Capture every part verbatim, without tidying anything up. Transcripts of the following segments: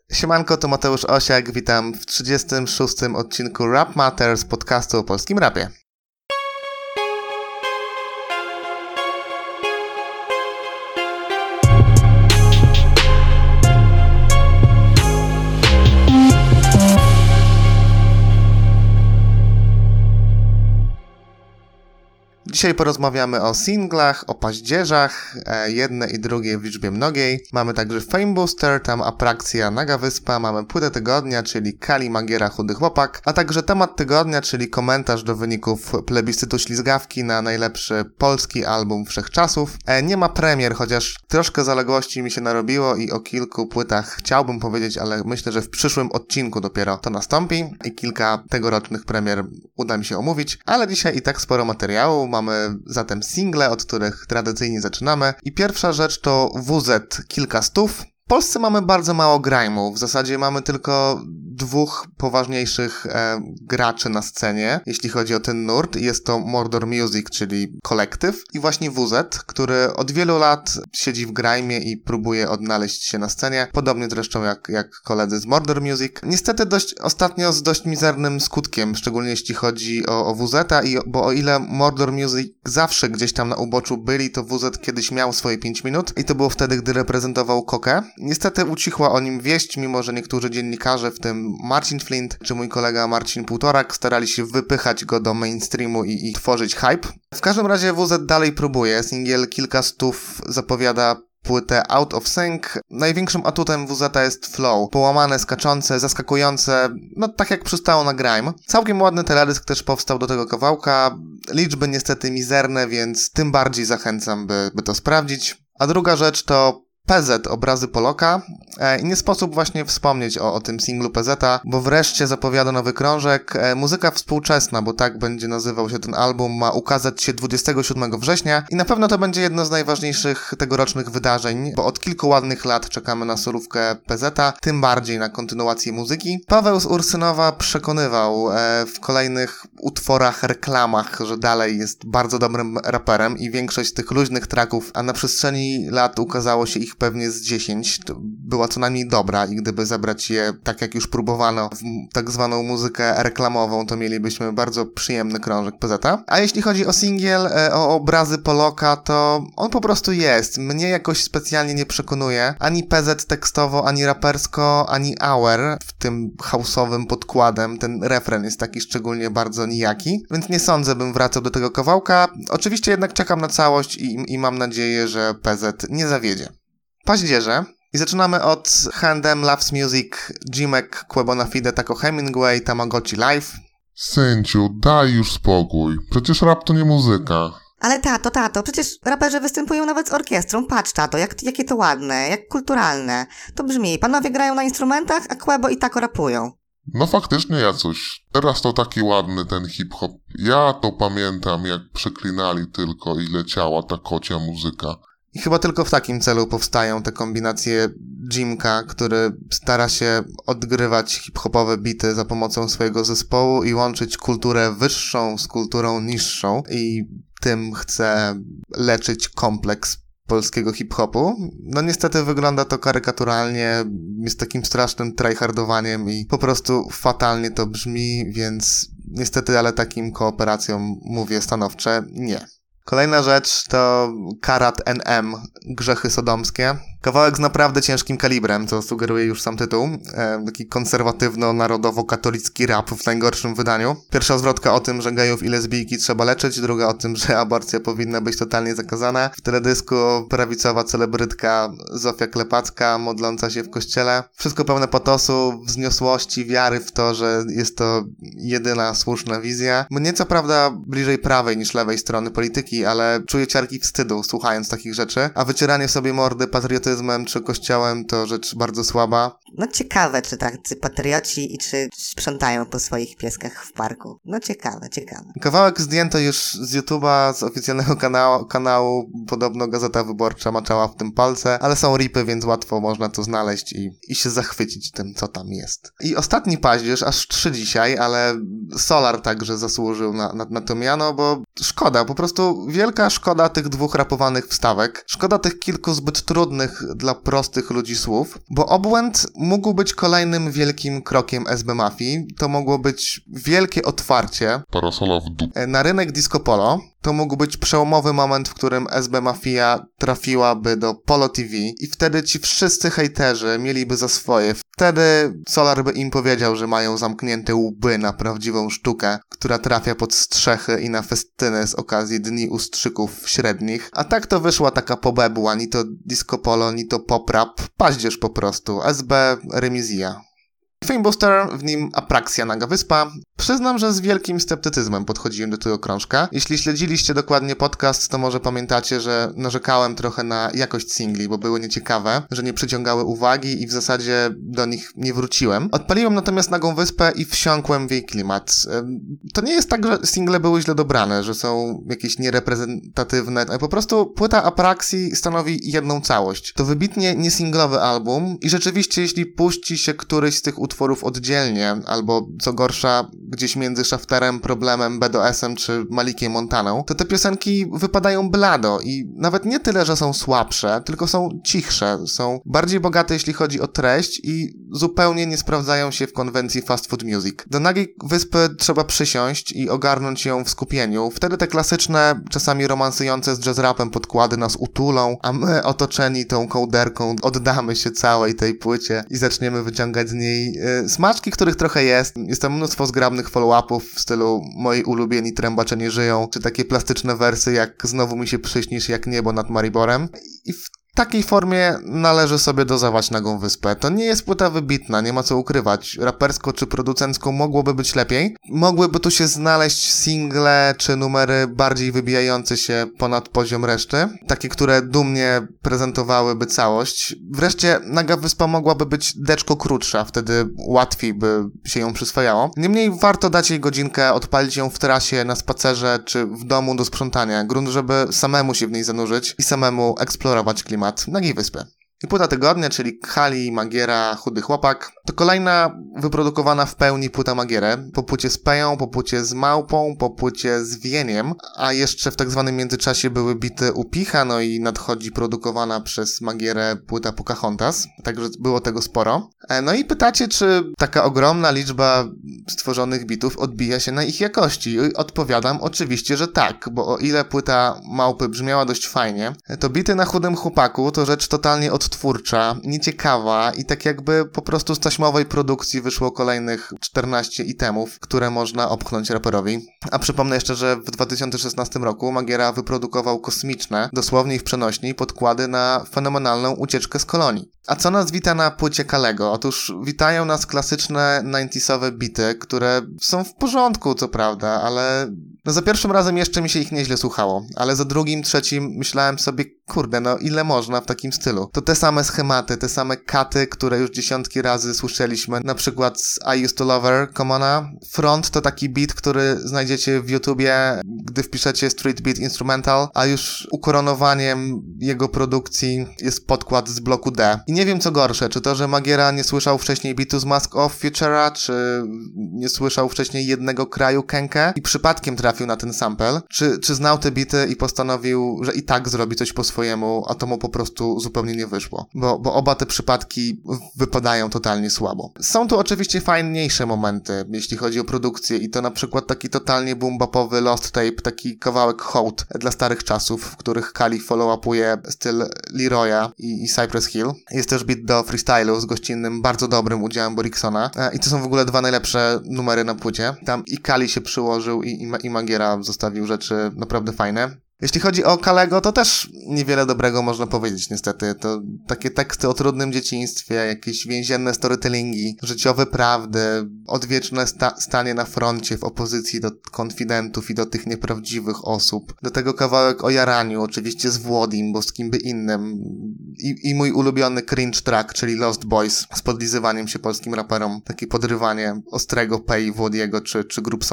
Siemanko, to Mateusz Osiak, witam w trzydziestym szóstym odcinku Rap Matters, podcastu o polskim rapie. Dzisiaj porozmawiamy o singlach, o paździerzach, e, jedne i drugie w liczbie mnogiej. Mamy także Fame Booster, tam Aprakcja, Naga Wyspa, mamy płytę tygodnia, czyli Kali, Magiera, Chudy Chłopak, a także temat tygodnia, czyli komentarz do wyników plebiscytu Ślizgawki na najlepszy polski album wszechczasów. E, nie ma premier, chociaż troszkę zaległości mi się narobiło i o kilku płytach chciałbym powiedzieć, ale myślę, że w przyszłym odcinku dopiero to nastąpi i kilka tegorocznych premier uda mi się omówić, ale dzisiaj i tak sporo materiału. Mamy zatem single, od których tradycyjnie zaczynamy. I pierwsza rzecz to W Z Kilka Stów. W Polsce mamy bardzo mało grajmu. W zasadzie mamy tylko dwóch poważniejszych e, graczy na scenie, jeśli chodzi o ten nurt. Jest to Mordor Music, czyli kolektyw, i właśnie W Z, który od wielu lat siedzi w grajmie i próbuje odnaleźć się na scenie. Podobnie zresztą jak, jak koledzy z Mordor Music. Niestety dość ostatnio z dość mizernym skutkiem, szczególnie jeśli chodzi o, o W Z, i, bo o ile Mordor Music zawsze gdzieś tam na uboczu byli, to W Z kiedyś miał swoje pięć minut i to było wtedy, gdy reprezentował Kokę. Niestety ucichła o nim wieść, mimo że niektórzy dziennikarze, w tym Marcin Flint czy mój kolega Marcin Półtorak, starali się wypychać go do mainstreamu i, i tworzyć hype. W każdym razie W Z dalej próbuje. Singiel Kilka Stów zapowiada płytę Out of Sync. Największym atutem W Z jest flow. Połamane, skaczące, zaskakujące, no tak jak przystało na grime. Całkiem ładny teledysk też powstał do tego kawałka. Liczby niestety mizerne, więc tym bardziej zachęcam, by, by to sprawdzić. A druga rzecz to P Z, Obrazy Poloka. E, I nie sposób właśnie wspomnieć o, o tym singlu P Z, bo wreszcie zapowiada nowy krążek. E, muzyka współczesna, bo tak będzie nazywał się ten album, ma ukazać się dwudziestego siódmego września i na pewno to będzie jedno z najważniejszych tegorocznych wydarzeń, bo od kilku ładnych lat czekamy na surówkę P Z, tym bardziej na kontynuację muzyki. Paweł z Ursynowa przekonywał e, w kolejnych utworach, reklamach, że dalej jest bardzo dobrym raperem i większość tych luźnych tracków, a na przestrzeni lat ukazało się ich pewnie z dziesięć, to była co najmniej dobra i gdyby zebrać je tak jak już próbowano w tak zwaną muzykę reklamową, to mielibyśmy bardzo przyjemny krążek P Z. A jeśli chodzi o singiel, e, o Obrazy Poloka, to on po prostu jest. Mnie jakoś specjalnie nie przekonuje. Ani P Z tekstowo, ani rapersko, ani Hour w tym house'owym podkładem. Ten refren jest taki szczególnie bardzo nijaki, więc nie sądzę, bym wracał do tego kawałka. Oczywiście jednak czekam na całość i, i mam nadzieję, że P Z nie zawiedzie. Paździerze. I zaczynamy od Handem, Loves Music, Jimek, Quebona Fide, Taco Hemingway, Tamagotchi Live. Synciu, daj już spokój. Przecież rap to nie muzyka. Ale tato, tato, przecież raperzy występują nawet z orkiestrą. Patrz, tato, jak, jakie to ładne, jak kulturalne. To brzmi, panowie grają na instrumentach, a Quebo i Taco rapują. No faktycznie, Jacuś. Teraz to taki ładny ten hip-hop. Ja to pamiętam, jak przeklinali tylko i leciała ta kocia muzyka. I chyba tylko w takim celu powstają te kombinacje Jimka, który stara się odgrywać hip-hopowe bity za pomocą swojego zespołu i łączyć kulturę wyższą z kulturą niższą i tym chce leczyć kompleks polskiego hip-hopu. No niestety wygląda to karykaturalnie, jest takim strasznym tryhardowaniem i po prostu fatalnie to brzmi, więc niestety, ale takim kooperacjom mówię stanowcze nie. Kolejna rzecz to Karat N M, Grzechy Sodomskie. Kawałek z naprawdę ciężkim kalibrem, co sugeruje już sam tytuł. E, taki konserwatywno-narodowo-katolicki rap w najgorszym wydaniu. Pierwsza zwrotka o tym, że gejów i lesbijki trzeba leczyć, druga o tym, że aborcja powinna być totalnie zakazana. W teledysku prawicowa celebrytka Zofia Klepacka, modląca się w kościele. Wszystko pełne patosu, wzniosłości, wiary w to, że jest to jedyna słuszna wizja. Mnie co prawda bliżej prawej niż lewej strony polityki, ale czuję ciarki wstydu słuchając takich rzeczy, a wycieranie sobie mordy patriotyzmem czy kościołem to rzecz bardzo słaba. No ciekawe, czy tacy patrioci i czy sprzątają po swoich pieskach w parku. No ciekawe, ciekawe. Kawałek zdjęto już z YouTube'a, z oficjalnego kanału, kanału. Podobno Gazeta Wyborcza maczała w tym palce, ale są ripy, więc łatwo można to znaleźć i, i się zachwycić tym, co tam jest. I ostatni paździerz, aż trzy dzisiaj, ale Solar także zasłużył na, na, na to miano, bo szkoda, po prostu wielka szkoda tych dwóch rapowanych wstawek. Szkoda tych kilku zbyt trudnych dla prostych ludzi słów, bo obłęd mógł być kolejnym wielkim krokiem S B Mafii. To mogło być wielkie otwarcie Parasola w dół. na rynek disco polo. To mógł być przełomowy moment, w którym S B Mafia trafiłaby do Polo T V i wtedy ci wszyscy hejterzy mieliby za swoje. Wtedy Solar by im powiedział, że mają zamknięte łby na prawdziwą sztukę, która trafia pod strzechy i na festyny z okazji Dni Ustrzyków Średnich. A tak to wyszła taka pobebła, ni to disco polo, ni to pop rap, paździerz po prostu, S B Remizja. Fame Booster, w nim Apraxia Naga Wyspa. Przyznam, że z wielkim sceptycyzmem podchodziłem do tego krążka. Jeśli śledziliście dokładnie podcast, to może pamiętacie, że narzekałem trochę na jakość singli, bo były nieciekawe, że nie przyciągały uwagi i w zasadzie do nich nie wróciłem. Odpaliłem natomiast Nagą Wyspę i wsiąkłem w jej klimat. To nie jest tak, że single były źle dobrane, że są jakieś niereprezentatywne. Po prostu płyta Apraxii stanowi jedną całość. To wybitnie niesinglowy album i rzeczywiście jeśli puści się któryś z tych utworów oddzielnie, albo co gorsza gdzieś między Shafterem, Problemem, B D O S-em czy Malikiem Montaną, to te piosenki wypadają blado i nawet nie tyle, że są słabsze, tylko są cichsze, są bardziej bogate jeśli chodzi o treść i zupełnie nie sprawdzają się w konwencji fast food music. Do Nagiej Wyspy trzeba przysiąść i ogarnąć ją w skupieniu. Wtedy te klasyczne, czasami romansujące z jazz rapem podkłady nas utulą, a my otoczeni tą kołderką oddamy się całej tej płycie i zaczniemy wyciągać z niej yy, smaczki, których trochę jest. Jest tam mnóstwo zgrabnych follow-upów w stylu moi ulubieni trębacze nie żyją, czy takie plastyczne wersy jak znowu mi się przyśnisz jak niebo nad Mariborem. I w W takiej formie należy sobie dozować Nagą Wyspę. To nie jest płyta wybitna, nie ma co ukrywać. Rapersko czy producencko mogłoby być lepiej. Mogłyby tu się znaleźć single czy numery bardziej wybijające się ponad poziom reszty. Takie, które dumnie prezentowałyby całość. Wreszcie Naga Wyspa mogłaby być deczko krótsza, wtedy łatwiej by się ją przyswajało. Niemniej warto dać jej godzinkę, odpalić ją w trasie, na spacerze czy w domu do sprzątania. Grunt, żeby samemu się w niej zanurzyć i samemu eksplorować klimat Nagiej Wyspy. I płyta tygodnia, czyli Kali, Magiera, Chudy Chłopak, to kolejna wyprodukowana w pełni płyta Magierę, po płycie z Peją, po płycie z Małpą, po płycie z Wieniem, a jeszcze w tak zwanym międzyczasie były bity u Picha, no i nadchodzi produkowana przez Magierę płyta Pocahontas, także było tego sporo. No i pytacie, czy taka ogromna liczba stworzonych bitów odbija się na ich jakości? I odpowiadam oczywiście, że tak, bo o ile płyta Małpy brzmiała dość fajnie, to bity na Chudym Chłopaku to rzecz totalnie odtwórcza, nieciekawa i tak jakby po prostu z taśmowej produkcji wyszło kolejnych czternaście itemów, które można opchnąć raperowi. A przypomnę jeszcze, że w dwa tysiące szesnastym roku Magiera wyprodukował kosmiczne, dosłownie i w przenośni, podkłady na fenomenalną Ucieczkę z kolonii. A co nas wita na płycie Kalego? Otóż witają nas klasyczne dziewięćdziesiąte bity, które są w porządku, co prawda, ale no za pierwszym razem jeszcze mi się ich nieźle słuchało, ale za drugim, trzecim myślałem sobie, kurde, no ile można w takim stylu? To te same schematy, te same katy, które już dziesiątki razy słyszeliśmy, na przykład z I Used to Love Her, Commona. Front to taki beat, który znajdziecie w YouTubie, gdy wpiszecie Street Beat Instrumental, a już ukoronowaniem jego produkcji jest podkład z bloku D. I nie wiem co gorsze, czy to, że Magiera nie słyszał wcześniej bitu z Mask of Futura, czy nie słyszał wcześniej Jednego Kraju Kenke i przypadkiem trafił na ten sample, czy, czy znał te bity i postanowił, że i tak zrobi coś po swojemu, a to mu po prostu zupełnie nie wyszło. Bo, bo oba te przypadki wypadają totalnie słabo. Są tu oczywiście fajniejsze momenty, jeśli chodzi o produkcję i to na przykład taki totalnie boom-bapowy Lost Tape, taki kawałek hołd dla starych czasów, w których Kali follow-upuje styl Leroya i, i Cypress Hill. Jest też beat do freestylu z gościnnym, bardzo dobrym udziałem Boriksona. I to są w ogóle dwa najlepsze numery na płycie. Tam i Kali się przyłożył i, i, i Magiera zostawił rzeczy naprawdę fajne. Jeśli chodzi o Kalego, to też niewiele dobrego można powiedzieć niestety. To takie teksty o trudnym dzieciństwie, jakieś więzienne storytellingi, życiowe prawdy, odwieczne sta- stanie na froncie w opozycji do konfidentów i do tych nieprawdziwych osób. Do tego kawałek o jaraniu, oczywiście z Włodim, bo z kim by innym. I, i mój ulubiony cringe track, czyli Lost Boys, z podlizywaniem się polskim raperom. Takie podrywanie ostrego Pei, Włodiego czy, czy Grubsona.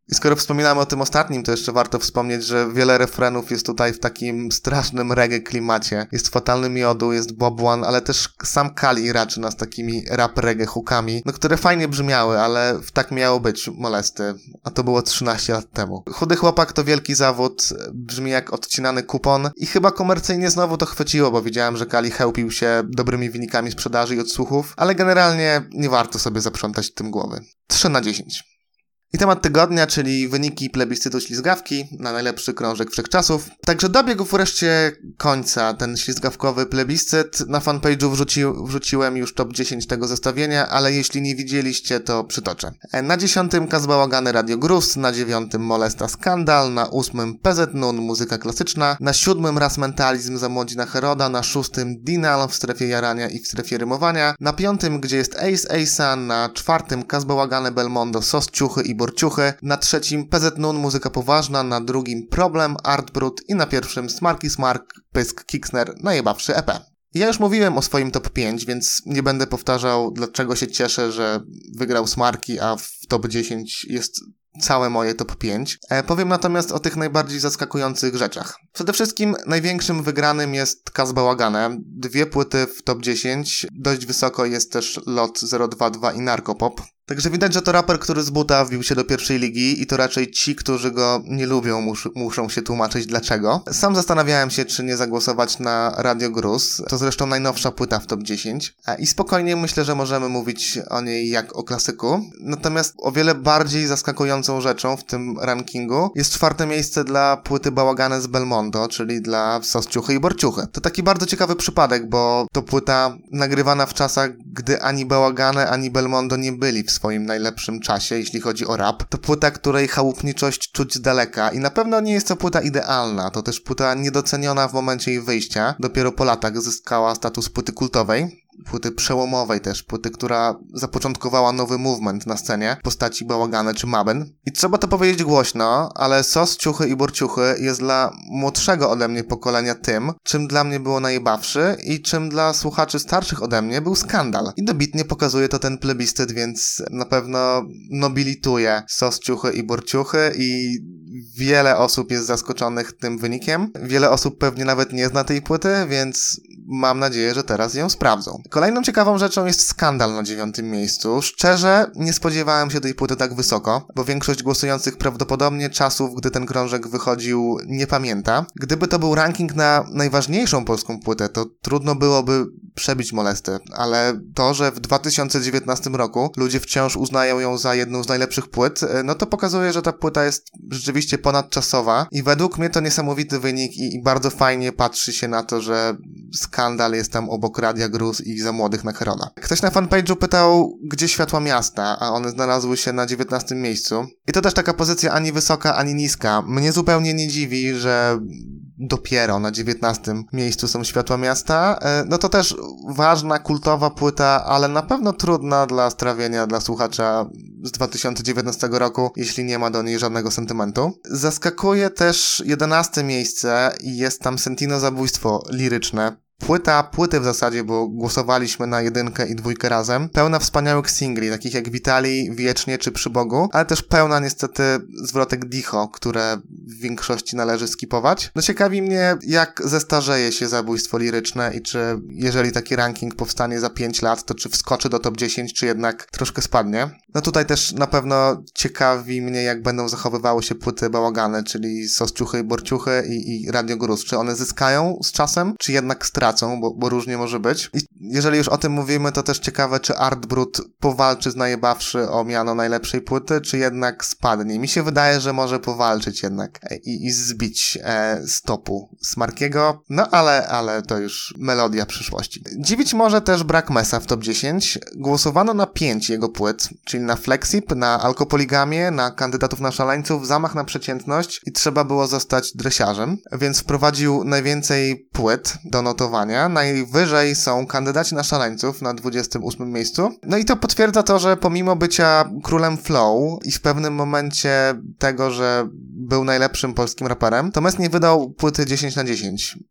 I skoro wspominamy o tym ostatnim, to jeszcze warto wspomnieć, że wiele refrenów jest tutaj w takim strasznym reggae klimacie. Jest Fatalny Miodu, jest Bob One, ale też sam Kali raczy nas takimi rap reggae hookami, no które fajnie brzmiały, ale tak miało być, Molesty. A to było trzynaście lat temu. Chudy Chłopak to wielki zawód, brzmi jak odcinany kupon i chyba komercyjnie znowu to chwyciło, bo widziałem, że Kali chełpił się dobrymi wynikami sprzedaży i odsłuchów, ale generalnie nie warto sobie zaprzątać tym głowy. trzy na dziesięć. I temat tygodnia, czyli wyniki plebiscytu ślizgawki na najlepszy krążek wszechczasów. Także dobiegł wreszcie końca ten ślizgawkowy plebiscyt. Na fanpage'u wrzuci, wrzuciłem już top dziesięć tego zestawienia, ale jeśli nie widzieliście, to przytoczę. Na dziesiątym Kazbałagany Radio Gruz, na dziewiątym Molesta Skandal, na ósmym P Z Nun Muzyka Klasyczna, na siódmym Ras Mentalizm za Młodzina Heroda, na szóstym Dinal w strefie jarania i w strefie rymowania, na piątym Gdzie jest Ace Ace'a, na czwartym Kazbałagany Belmondo Sos Ciuchy i Borciuchy, na trzecim P Z Nun Muzyka Poważna, na drugim Problem, Art Brut i na pierwszym Smarki Smark, Pysk, Kiksner, najebawszy E P. Ja już mówiłem o swoim top pięć, więc nie będę powtarzał, dlaczego się cieszę, że wygrał Smarki, a w top dziesięć jest całe moje top pięć. E, powiem natomiast o tych najbardziej zaskakujących rzeczach. Przede wszystkim największym wygranym jest Kazbałagane. Dwie płyty w top dziesięć. Dość wysoko jest też Lot zero dwa dwa i Narkopop. Także widać, że to raper, który z buta wbił się do pierwszej ligi i to raczej ci, którzy go nie lubią, mus- muszą się tłumaczyć dlaczego. Sam zastanawiałem się, czy nie zagłosować na Radio Gruz. To zresztą najnowsza płyta w top dziesięć. I spokojnie myślę, że możemy mówić o niej jak o klasyku. Natomiast o wiele bardziej zaskakującą rzeczą w tym rankingu jest czwarte miejsce dla płyty Bałagane z Belmondo, czyli dla Sos Ciuchy i Borciuchy. To taki bardzo ciekawy przypadek, bo to płyta nagrywana w czasach, gdy ani Bałagane, ani Belmondo nie byli w swoim najlepszym czasie, jeśli chodzi o rap. To płyta, której chałupniczość czuć z daleka i na pewno nie jest to płyta idealna. To też płyta niedoceniona w momencie jej wyjścia. Dopiero po latach zyskała status płyty kultowej. Płyty przełomowej też, płyty, która zapoczątkowała nowy movement na scenie w postaci Bałagane czy Mabyn. I trzeba to powiedzieć głośno, ale Sos Ciuchy i Borciuchy jest dla młodszego ode mnie pokolenia tym, czym dla mnie było najbawszy i czym dla słuchaczy starszych ode mnie był Skandal. I dobitnie pokazuje to ten plebiscyt, więc na pewno nobilituje Sos Ciuchy i Borciuchy i wiele osób jest zaskoczonych tym wynikiem. Wiele osób pewnie nawet nie zna tej płyty, więc mam nadzieję, że teraz ją sprawdzą. Kolejną ciekawą rzeczą jest Skandal na dziewiątym miejscu. Szczerze, nie spodziewałem się tej płyty tak wysoko, bo większość głosujących prawdopodobnie czasów, gdy ten krążek wychodził, nie pamięta. Gdyby to był ranking na najważniejszą polską płytę, to trudno byłoby przebić Molestę, ale to, że w dwa tysiące dziewiętnastym roku ludzie wciąż uznają ją za jedną z najlepszych płyt, no to pokazuje, że ta płyta jest rzeczywiście ponadczasowa i według mnie to niesamowity wynik i, i bardzo fajnie patrzy się na to, że Skandal jest tam obok Radia Gruz i Za Młodych na Herona. Ktoś na fanpage'u pytał, gdzie Światła Miasta, a one znalazły się na dziewiętnastym miejscu. I to też taka pozycja ani wysoka, ani niska. Mnie zupełnie nie dziwi, że dopiero na dziewiętnastym miejscu są Światła Miasta. No to też ważna, kultowa płyta, ale na pewno trudna dla strawienia dla słuchacza z dwa tysiące dziewiętnastego roku, jeśli nie ma do niej żadnego sentymentu. Zaskakuje też jedenaste miejsce i jest tam Sentino Zabójstwo liryczne. Płyta, płyty w zasadzie, bo głosowaliśmy na jedynkę i dwójkę razem. Pełna wspaniałych singli, takich jak Witali, Wiecznie czy Przy Bogu, ale też pełna niestety zwrotek Dicho, które w większości należy skipować. No ciekawi mnie, jak zestarzeje się Zabójstwo liryczne i czy jeżeli taki ranking powstanie za pięć lat, to czy wskoczy do top dziesięć, czy jednak troszkę spadnie. No tutaj też na pewno ciekawi mnie, jak będą zachowywały się płyty Bałagane, czyli Sos Ciuchy i Borciuchy i, i Radio Gruz. Czy one zyskają z czasem, czy jednak stracą, bo, bo różnie może być. I jeżeli już o tym mówimy, to też ciekawe, czy Art Brut powalczy z Najebawszy o miano najlepszej płyty, czy jednak spadnie. Mi się wydaje, że może powalczyć jednak i, i zbić e, stopu Smarkiego, no ale, ale to już melodia przyszłości. Dziwić może też brak Mesa w top dziesięć. Głosowano na pięć jego płyt, czyli na Flexip, na Alkopoligamię, na Kandydatów na Szaleńców, Zamach na Przeciętność i trzeba było zostać dresiarzem, więc wprowadził najwięcej płyt do notowania. Najwyżej są Kandydaci na Szaleńców na dwudziestym ósmym miejscu. No i to potwierdza to, że pomimo bycia królem flow i w pewnym momencie tego, że był najlepszym polskim raperem, to Mes nie wydał płyty dziesięć na dziesięć.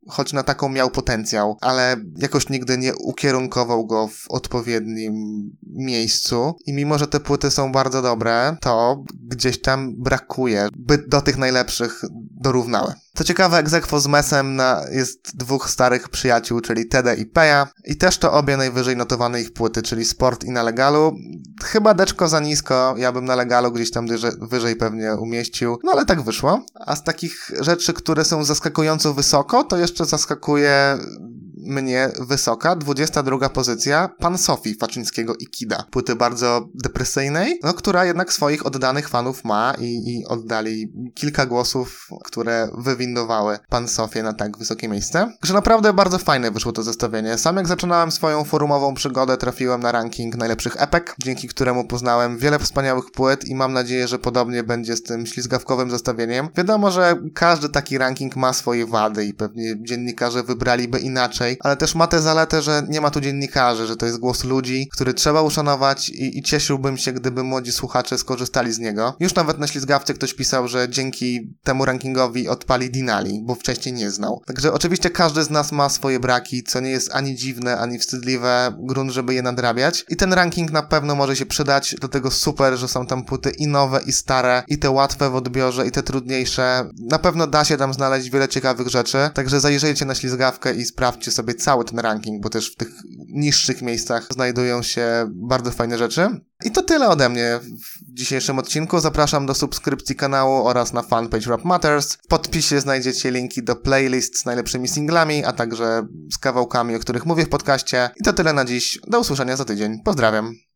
choć na taką miał potencjał, ale jakoś nigdy nie ukierunkował go w odpowiednim miejscu i mimo, że te płyty są bardzo dobre, to gdzieś tam brakuje, by do tych najlepszych dorównały. Co ciekawe, ex aequo z Mesem na, jest dwóch starych przyjaciół, czyli Tede i Peja i też to obie najwyżej notowane ich płyty, czyli Sport i Na Legalu. Chyba deczko za nisko, ja bym Na Legalu gdzieś tam wyżej, wyżej pewnie umieścił, no ale tak wyszło. A z takich rzeczy, które są zaskakująco wysoko, to jeszcze zaskakuje mnie wysoka, dwudziesta druga pozycja, Pan Sofii Faczyńskiego i Kida. Płyty bardzo depresyjnej, no która jednak swoich oddanych fanów ma i, i oddali kilka głosów, które wywindowały Pan Sofię na tak wysokie miejsce. Także naprawdę bardzo fajne wyszło to zestawienie. Sam jak zaczynałem swoją forumową przygodę, trafiłem na ranking najlepszych epek, dzięki któremu poznałem wiele wspaniałych płyt i mam nadzieję, że podobnie będzie z tym ślizgawkowym zestawieniem. Wiadomo, że każdy taki ranking ma swoje wady i pewnie dziennikarze wybraliby inaczej, ale też ma tę zaletę, że nie ma tu dziennikarzy, że to jest głos ludzi, który trzeba uszanować i, i cieszyłbym się, gdyby młodzi słuchacze skorzystali z niego. Już nawet na ślizgawce ktoś pisał, że dzięki temu rankingowi odpali Dinali, bo wcześniej nie znał. Także oczywiście każdy z nas ma swoje braki, co nie jest ani dziwne, ani wstydliwe, grunt, żeby je nadrabiać. I ten ranking na pewno może się przydać, do tego super, że są tam płyty i nowe, i stare, i te łatwe w odbiorze, i te trudniejsze. Na pewno da się tam znaleźć wiele ciekawych rzeczy, także zajrzyjcie na ślizgawkę i sprawdźcie sobie cały ten ranking, bo też w tych niższych miejscach znajdują się bardzo fajne rzeczy. I to tyle ode mnie w dzisiejszym odcinku. Zapraszam do subskrypcji kanału oraz na fanpage Rap Matters. W podpisie znajdziecie linki do playlist z najlepszymi singlami, a także z kawałkami, o których mówię w podcaście. I to tyle na dziś. Do usłyszenia za tydzień. Pozdrawiam.